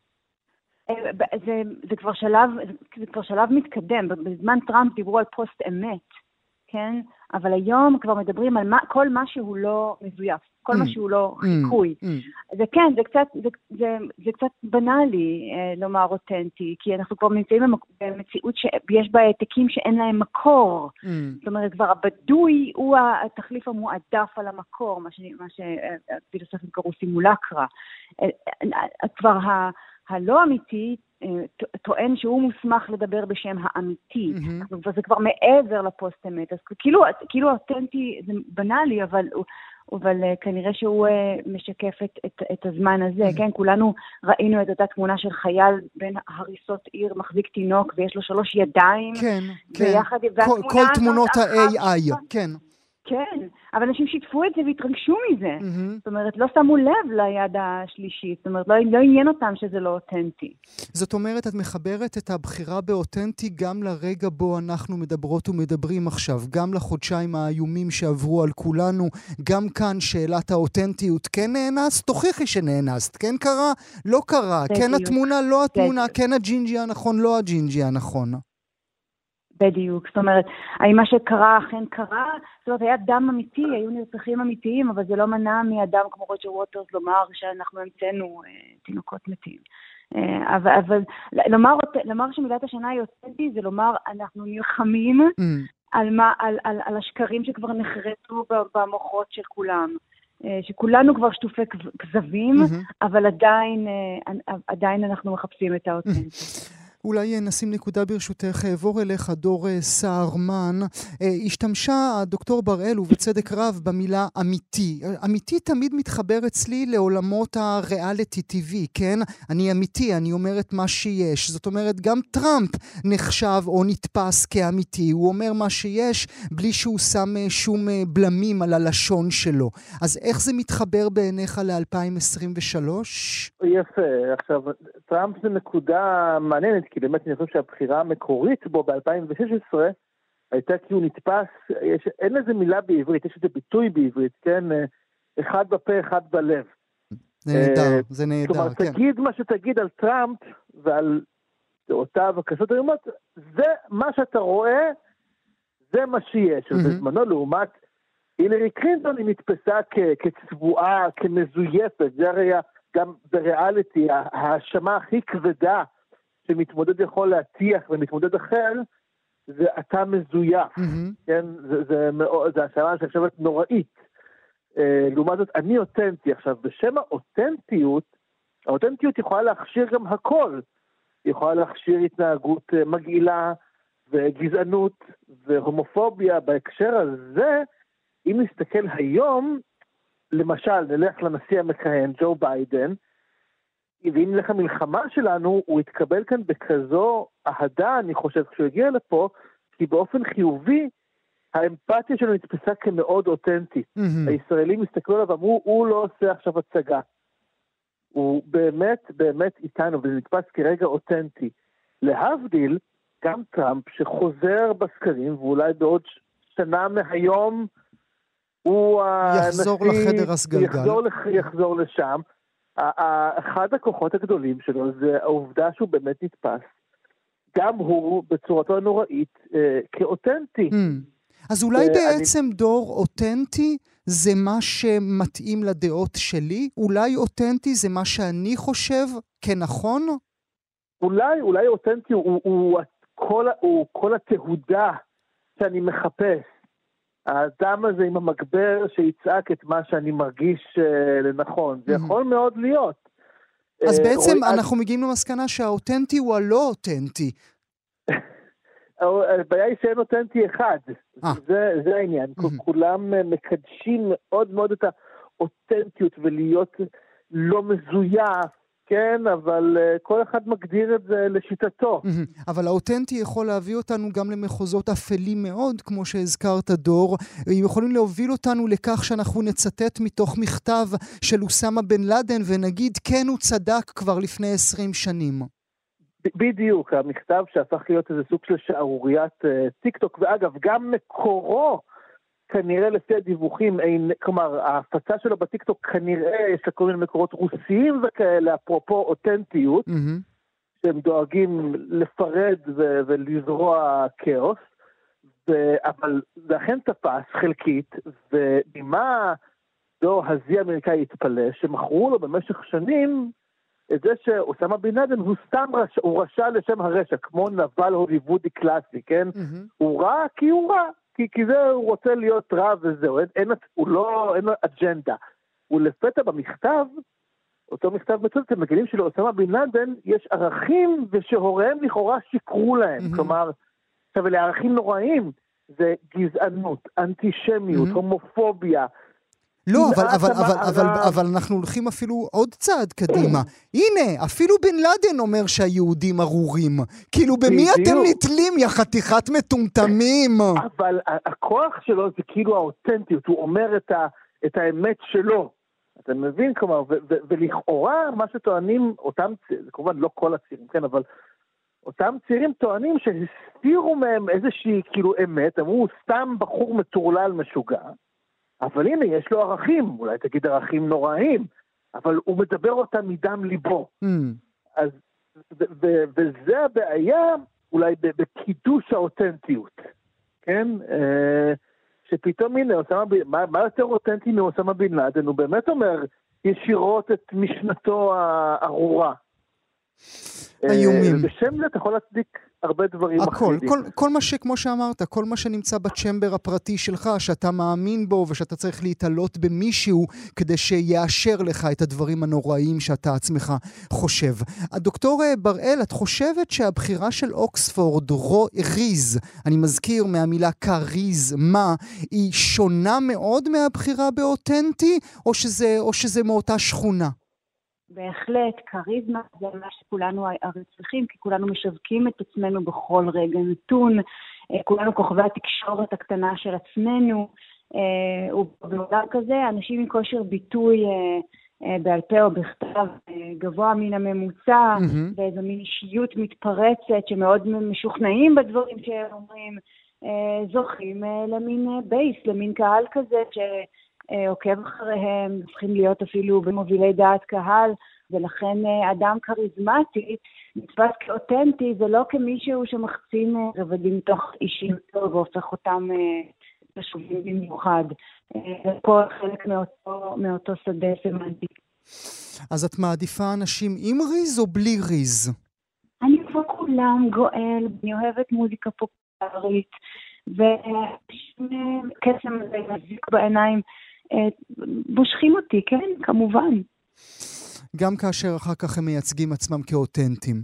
זה כבר שלב מתקדם, בזמן טראמפ דיברו על פוסט אמת, כן? אבל היום כבר מדברים על כל מה שהוא לא מזויף, כל מה שהוא לא חיקוי. זה כן, זה קצת בנאלי לומר אותנטי, כי אנחנו כבר נמצאים במציאות שיש בה העתקים שאין להם מקור. זאת אומרת, כבר הבדוי הוא התחליף המועדף על המקור, מה שהפילוסופים קראו סימולקרה. כבר הלא אמיתי טוען שהוא מוסמך לדבר בשם האמיתי. וזה כבר מעבר לפוסט אמת. אז כאילו אותנטי זה בנאלי, אבל כנראה שהוא משקף את הזמן הזה. כן, כולנו ראינו את אותה תמונה של חייל בין הריסות עיר מחזיק תינוק, ויש לו 3 ידיים. כן, כן. כל תמונות ה-AI, כן. כן, אבל אנשים שיתפו את זה והתרגשו מזה. זאת אומרת, לא שמו לב ליד השלישית. זאת אומרת, לא עניין אותם שזה לא אותנטי. זאת אומרת, את מחברת את הבחירה באותנטי גם לרגע בו אנחנו מדברות ומדברים עכשיו, גם לחודשיים האיומים שעברו על כולנו, גם כאן שאלת האותנטיות. כן נאנסת? תוכיחי שנאנסת. כן קרה? לא קרה. כן התמונה? לא התמונה. כן הג'ינג'י הנכון? לא הג'ינג'י הנכון. בדיוק, זאת אומרת, האם מה שקרה אכן קרה? זאת אומרת, היה דם אמיתי, היו נרצחים אמיתיים, אבל זה לא מנע מאדם כמו רוג'ר ווטרס לומר שאנחנו המצאנו תינוקות מתים. אבל לומר שמילת השנה היא אותנטי, זה לומר, אנחנו נלחמים על השקרים שכבר נחרטו במוחות של כולם. שכולנו כבר שטופי כזבים, אבל עדיין אנחנו מחפשים את האותנטי. אולי נשים נקודה ברשותך, עבור אליך דור סהרמן. השתמשה הדוקטור בראל ובצדק רב במילה אמיתי. אמיתי תמיד מתחבר אצלי לעולמות הריאליטי טבעי, כן? אני אמיתי, אני אומר את מה שיש. זאת אומרת, גם טראמפ נחשב או נתפס כאמיתי. הוא אומר מה שיש בלי שהוא שם שום בלמים על הלשון שלו. אז איך זה מתחבר בעיניך ל-2023? יפה. עכשיו, טראמפ זה נקודה מעניינת, כי באמת אני חושב שהבחירה המקורית בו ב-2016 הייתה כי הוא נתפס, אין לזה מילה בעברית, יש איזה ביטוי בעברית, כן? אחד בפה, אחד בלב. נהדר, זה נהדר, כלומר, כן. תגיד מה שתגיד על טראמפ ועל דעותיו הקשות היומות, זה מה שאתה רואה, זה מה שיש. בזמנו, לעומת הילרי קלינטון, היא נתפסה כצבועה, כמזויפת, זה הרי גם בריאליטי, ההאשמה הכי כבדה שמתמודד יכול להטיח ומתמודד אחר, זה אתה מזויף, כן? זה האשמה שחשבת נוראית. לעומת זאת, אני אותנטי. עכשיו, בשם האותנטיות יכולה להכשיר גם הכל. היא יכולה להכשיר התנהגות מגעילה וגזענות והומופוביה. בהקשר הזה, אם נסתכל היום, למשל, נלך לנשיא המכהן, ג'ו ביידן, ואם נלך המלחמה שלנו, הוא התקבל כאן בכזו אהדה, אני חושב, כשהוא הגיע לפה, כי באופן חיובי, האמפתיה שלו נתפסה כמאוד אותנטית. הישראלים הסתכלו עליו ואמרו, הוא לא עושה עכשיו הצגה. הוא באמת איתנו, וזה נתפס כרגע אותנטי. להבדיל, גם טראמפ שחוזר בסקרים, ואולי בעוד שנה מהיום, הוא יחזור לחדר הסגלגל. יחזור לשם. אחד הכוחות הגדולים שלו זה העובדה שהוא באמת נתפס. גם הוא בצורתו הנוראית כאותנטי. אז אולי בעצם דור אותנטי זה מה שמתאים לדעות שלי? אולי אותנטי זה מה שאני חושב כנכון? אולי אותנטי הוא כל התהודה שאני מחפש. האדם הזה עם המגבר שיצעק את מה שאני מרגיש לנכון. זה יכול מאוד להיות. אז בעצם אנחנו מגיעים למסקנה שהאותנטי הוא הלא אותנטי. הבעיה היא שאין אותנטי אחד. זה העניין. כולם מקדשים מאוד מאוד את האותנטיות ולהיות לא מזויף. כן, אבל כל אחד מגדיר את זה לשיטתו. אבל האותנטי יכול להביא אותנו גם למחוזות אפלים מאוד, כמו שהזכרת דור. הם יכולים להוביל אותנו לכך שאנחנו נצטט מתוך מכתב של אוסמה בן לאדן, ונגיד, כן, הוא צדק כבר לפני 20 שנים. בדיוק, המכתב שהפך להיות איזה סוג של שערוריית טיק-טוק, ואגב, גם מקורו, כנראה לפי הדיווחים, כלומר, ההפצה שלו בטיקטוק כנראה יש לה כל מיני מקורות רוסיים וכאלה, אפרופו אותנטיות, שהם דואגים לפרד ולזרוע כאוס, אבל זה אכן תפס חלקית, ובמה דור הזי האמריקאי התפלא, שמכרו לו במשך שנים את זה שאוסמה בן לאדן הוא סתם הוא רשע לשם הרשע, כמו נבל הוליוודי קלאסי, כן? הוא רע כי הוא רע. כי זה הוא רוצה להיות רב וזהו, אין לו אג'נדה. הוא לפתע במכתב, אותו מכתב מצוד, אתם מגלים שלאוסמה בן לאדן יש ערכים ושהוריהם לכאורה שיקרו להם. כלומר, עכשיו אלה ערכים נוראים, זה גזענות, אנטישמיות, הומופוביה. לא, אבל אנחנו הולכים אפילו עוד צעד קדימה. הנה, אפילו בן לאדן אומר שהיהודים ארורים. כאילו, במי אתם נתלים, יא חתיכת מטומטמים? אבל הכוח שלו זה כאילו האותנטיות, הוא אומר את האמת שלו. אתה מבין, כלומר, ולכאורה מה שטוענים, אותם, זה כמובן לא כל הצעירים, כן, אבל אותם צעירים טוענים שהסתירו מהם איזושהי כאילו אמת, אמרו, סתם בחור מטורלל משוגע. אבל הנה, יש לו ערכים, אולי תגיד ערכים נוראים, אבל הוא מדבר אותם מדם ליבו. אז, וזה הבעיה, אולי בקידוש האותנטיות, כן? שפתאום הנה, מה יותר אותנטי מאוסמה בן לאדן? הוא באמת אומר ישירות את משנתו הארורה. איומים. ובשם זה אתה יכול להצדיק הרבה דברים אחרים. כל מה שכמו שאמרת, כל מה שנמצא בצ'מבר הפרטי שלך, שאתה מאמין בו ושאתה צריך להתעלות במישהו כדי שיאשר לך את הדברים הנוראים שאתה עצמך חושב. הדוקטור בראל, את חושבת שהבחירה של אוקספורד, ריז, אני מזכיר מהמילה קריז, מה, היא שונה מאוד מהבחירה באותנטי, או שזה מאותה שכונה? בהחלט, קריזמה זה מה שכולנו הרי צריכים, כי כולנו משווקים את עצמנו בכל רגע נתון, כולנו כוכבי התקשורת הקטנה של עצמנו, ובעולם כזה אנשים עם כושר ביטוי בעל פה או בכתב גבוה מן הממוצע, באיזו מין אישיות מתפרצת שמאוד משוכנעים בדברים שהם אומרים, זוכים למין בייס, למין קהל כזה עוקב אחריהם, הופכים להיות אפילו במובילי דעת קהל, ולכן אדם קריזמטי נתפס כאותנטי, ולא כמישהו שמחצין רבדים מתוך אישיותו והופך אותם חשובים במיוחד. זה פה חלק מאותו שדה סמנטי. אז את מעדיפה אנשים עם ריז או בלי ריז? אני כבר כולם גואל, אני אוהבת מוזיקה פופולרית, וקסם הזה מזיק בעיניים, מושכים אותי, כן, כמובן. גם כאשר אחר כך הם מייצגים עצמם כאותנטים.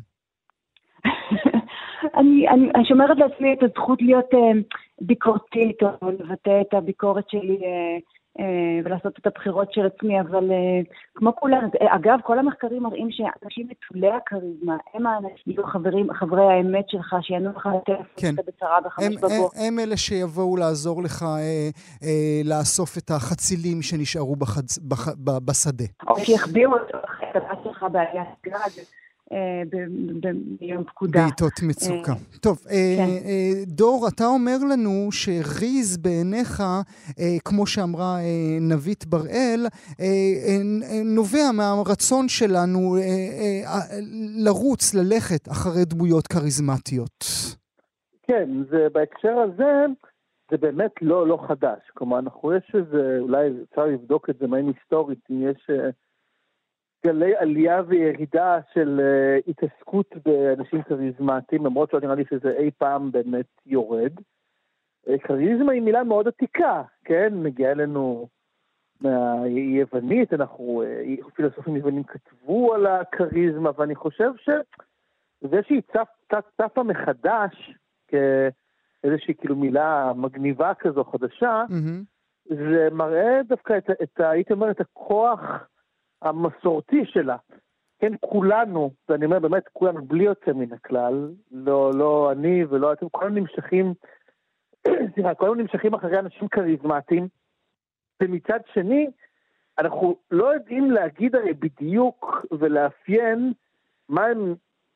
אני שומרת לעצמי את הזכות להיות ביקורתית, או לבטא את הביקורת שלי ולעשות את הבחירות של עצמי, אבל כמו כולם, אגב, כל המחקרים מראים שאנשים נטולי הכריזמה, הם האנשים, חברי האמת שלך, שיענו לך לטלפון בצרה ב5 בבוקר. הם אלה שיבואו לעזור לך לאסוף את החצילים שנשארו בשדה. או שיחביאו את הבת שלך בעליית גג. ביום פקודה. בעיתות מצוקה. טוב, דור, אתה אומר לנו שריז בעיניך, כמו שאמרה נבית בראל, נובע מהרצון שלנו לרוץ, ללכת אחרי דמויות כריזמטיות. כן, בהקשר הזה, זה באמת לא חדש. כלומר, אנחנו יש איזה, אולי אפשר לבדוק את זה מעין היסטורית, אם יש גלי עלייה וירידה של התעסקות באנשים כריזמטיים, למרות שלא נראה לי שזה אי פעם באמת יורד. כריזמה היא מילה מאוד עתיקה, כן? מגיעה אלינו מהיוונית, פילוסופים יוונים כתבו על הכריזמה, ואני חושב שזה שהיא צפה מחדש, כאיזושהי כאילו מילה מגניבה כזו חדשה, זה מראה דווקא הייתי אומר, את הכוח המסורתי שלה. כן, כולנו, ואני אומר באמת, כולנו בלי יוצא מן הכלל, לא אני ולא אתם, כולנו נמשכים אחרי אנשים כריזמטיים, ומצד שני, אנחנו לא יודעים להגיד הרי בדיוק ולאפיין מה הם,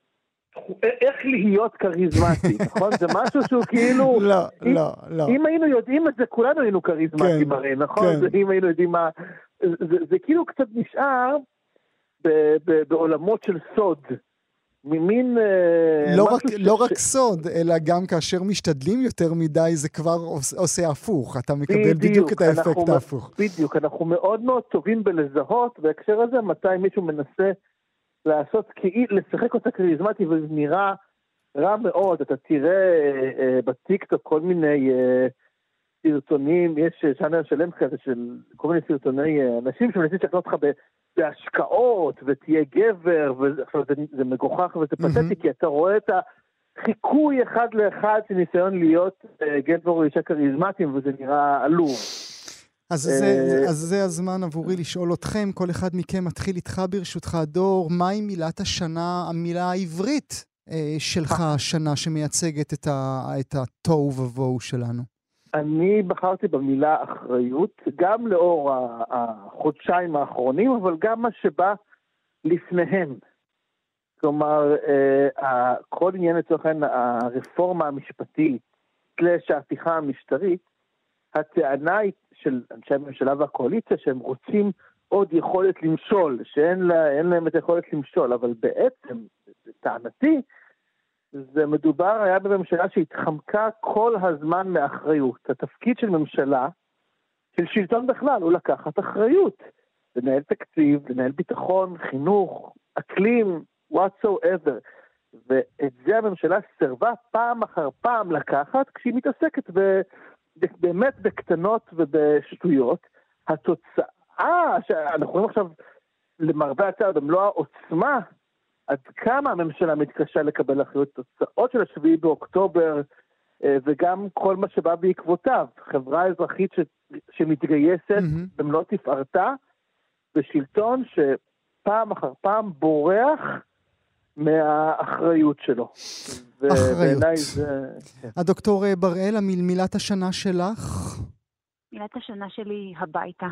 איך להיות כריזמטי, נכון? זה משהו שהוא כאילו, לא. אם היינו יודעים את זה, כולנו היינו כריזמטיים הרי, נכון? אם היינו יודעים מה, זה כאילו קצת נשאר בעולמות של סוד, ממין לא רק סוד, אלא גם כאשר משתדלים יותר מדי, זה כבר עושה הפוך, אתה מקבל בדיוק את האפקט ההפוך. בדיוק, אנחנו מאוד מאוד טובים בלזהות, בהקשר הזה מתי מישהו מנסה לשחק אותה כריזמטי, וזה נראה רע מאוד. אתה תראה בטיקטוק כל מיני סרטונים, יש ז'אנר שלם כזה של כל מיני סרטוני אנשים שמנסים לשכנע אותך בהשקעות, ותהיה גבר, וזה מגוחך וזה פתטי, כי אתה רואה את החיקוי אחד לאחד של ניסיון להיות גבר או אישה כריזמטיים, וזה נראה עלוב. אז זה הזמן עבורי לשאול אתכם, כל אחד מכם מתחיל איתך ברשותך, דור, מהי מילת השנה, המילה העברית שלך השנה שמייצגת את התוהו ובוהו שלנו? אני בחרתי במילה אחריות, גם לאור החודשיים האחרונים, אבל גם מה שבא לפניהם. כלומר, כל עניין לצורך העניין, הרפורמה המשפטית, ההפיכה המשטרית, הטענה של אנשי הממשלה והקואליציה, שהם רוצים עוד יכולת למשול, שאין להם את היכולת למשול, אבל בעצם, טענתי, זה מדובר היה בממשלה שהתחמקה כל הזמן מאחריות. התפקיד של ממשלה, של שלטון בכלל, הוא לקחת אחריות. לנהל תקציב, לנהל ביטחון, חינוך, אקלים, whatsoever. ואת זה הממשלה סרבה פעם אחר פעם לקחת, כשהיא מתעסקת באמת בקטנות ובשטויות. התוצאה שאנחנו רואים עכשיו למרבה הצער במלוא העוצמה, עד כמה הממשלה מתקשה לקבל אחריות, תוצאות של 7 באוקטובר, וגם כל מה שבא בעקבותיו, חברה אזרחית שמתגייסת במלוא תפארתה, בשלטון שפעם אחר פעם בורח מהאחריות שלו. אחריות. הדוקטור בראל, מילת השנה שלך? מילת השנה שלי היא הביתה.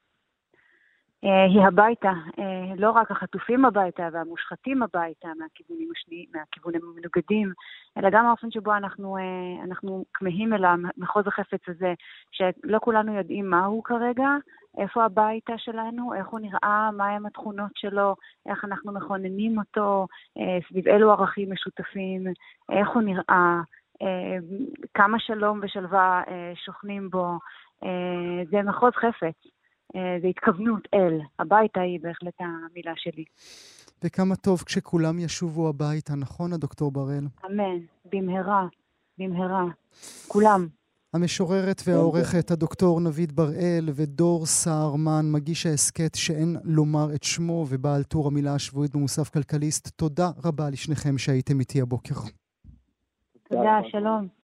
היא הביתה, לא רק החטופים הביתה והמושחתים הביתה מהכיוונים המנוגדים, אלא גם האופן שבו אנחנו כמהים אל המחוז החפץ הזה, שלא כולנו יודעים מהו כרגע, איפה הביתה שלנו, איך הוא נראה, מהם התכונות שלו, איך אנחנו מכוננים אותו, סביב אילו ערכים משותפים, איך הוא נראה, כמה שלום ושלווה שוכנים בו, זה מחוז חפץ. זה התכוונות אל. הביתה היא בהחלט המילה שלי. וכמה טוב כשכולם ישובו הביתה, נכון, הדוקטור בראל? אמן, במהרה, במהרה. כולם. המשוררת והעורכת הדוקטור נבית בראל ודור סהרמן, מגיש ההסכת שאין לומר את שמו ובעל טור המילה השבועית במוסף כלכליסט. תודה רבה לשניכם שהייתם איתי הבוקר. תודה, שלום.